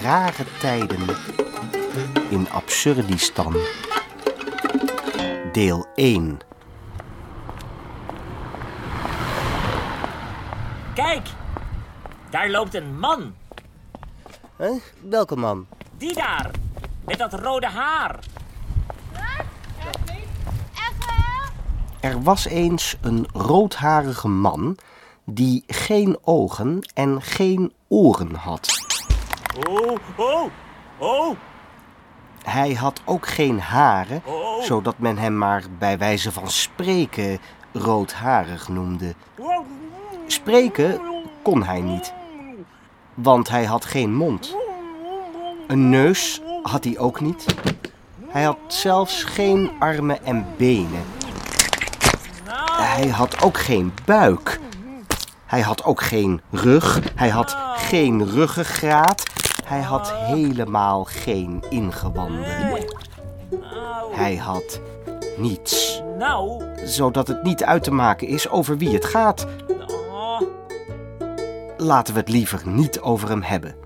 rare tijden in Absurdistan. Deel 1. Kijk, daar loopt een man. Welke man? Die daar, met dat rode haar. Er was eens een roodharige man die geen ogen en geen oren had. Oh. Hij had ook geen haren, zodat men hem maar bij wijze van spreken roodharig noemde. Spreken kon hij niet, want hij had geen mond. Een neus had hij ook niet. Hij had zelfs geen armen en benen. Hij had ook geen buik. Hij had ook geen rug. Hij had geen ruggengraat. Hij had helemaal geen ingewanden. Hij had niets. Zodat het niet uit te maken is over wie het gaat. Laten we het liever niet over hem hebben.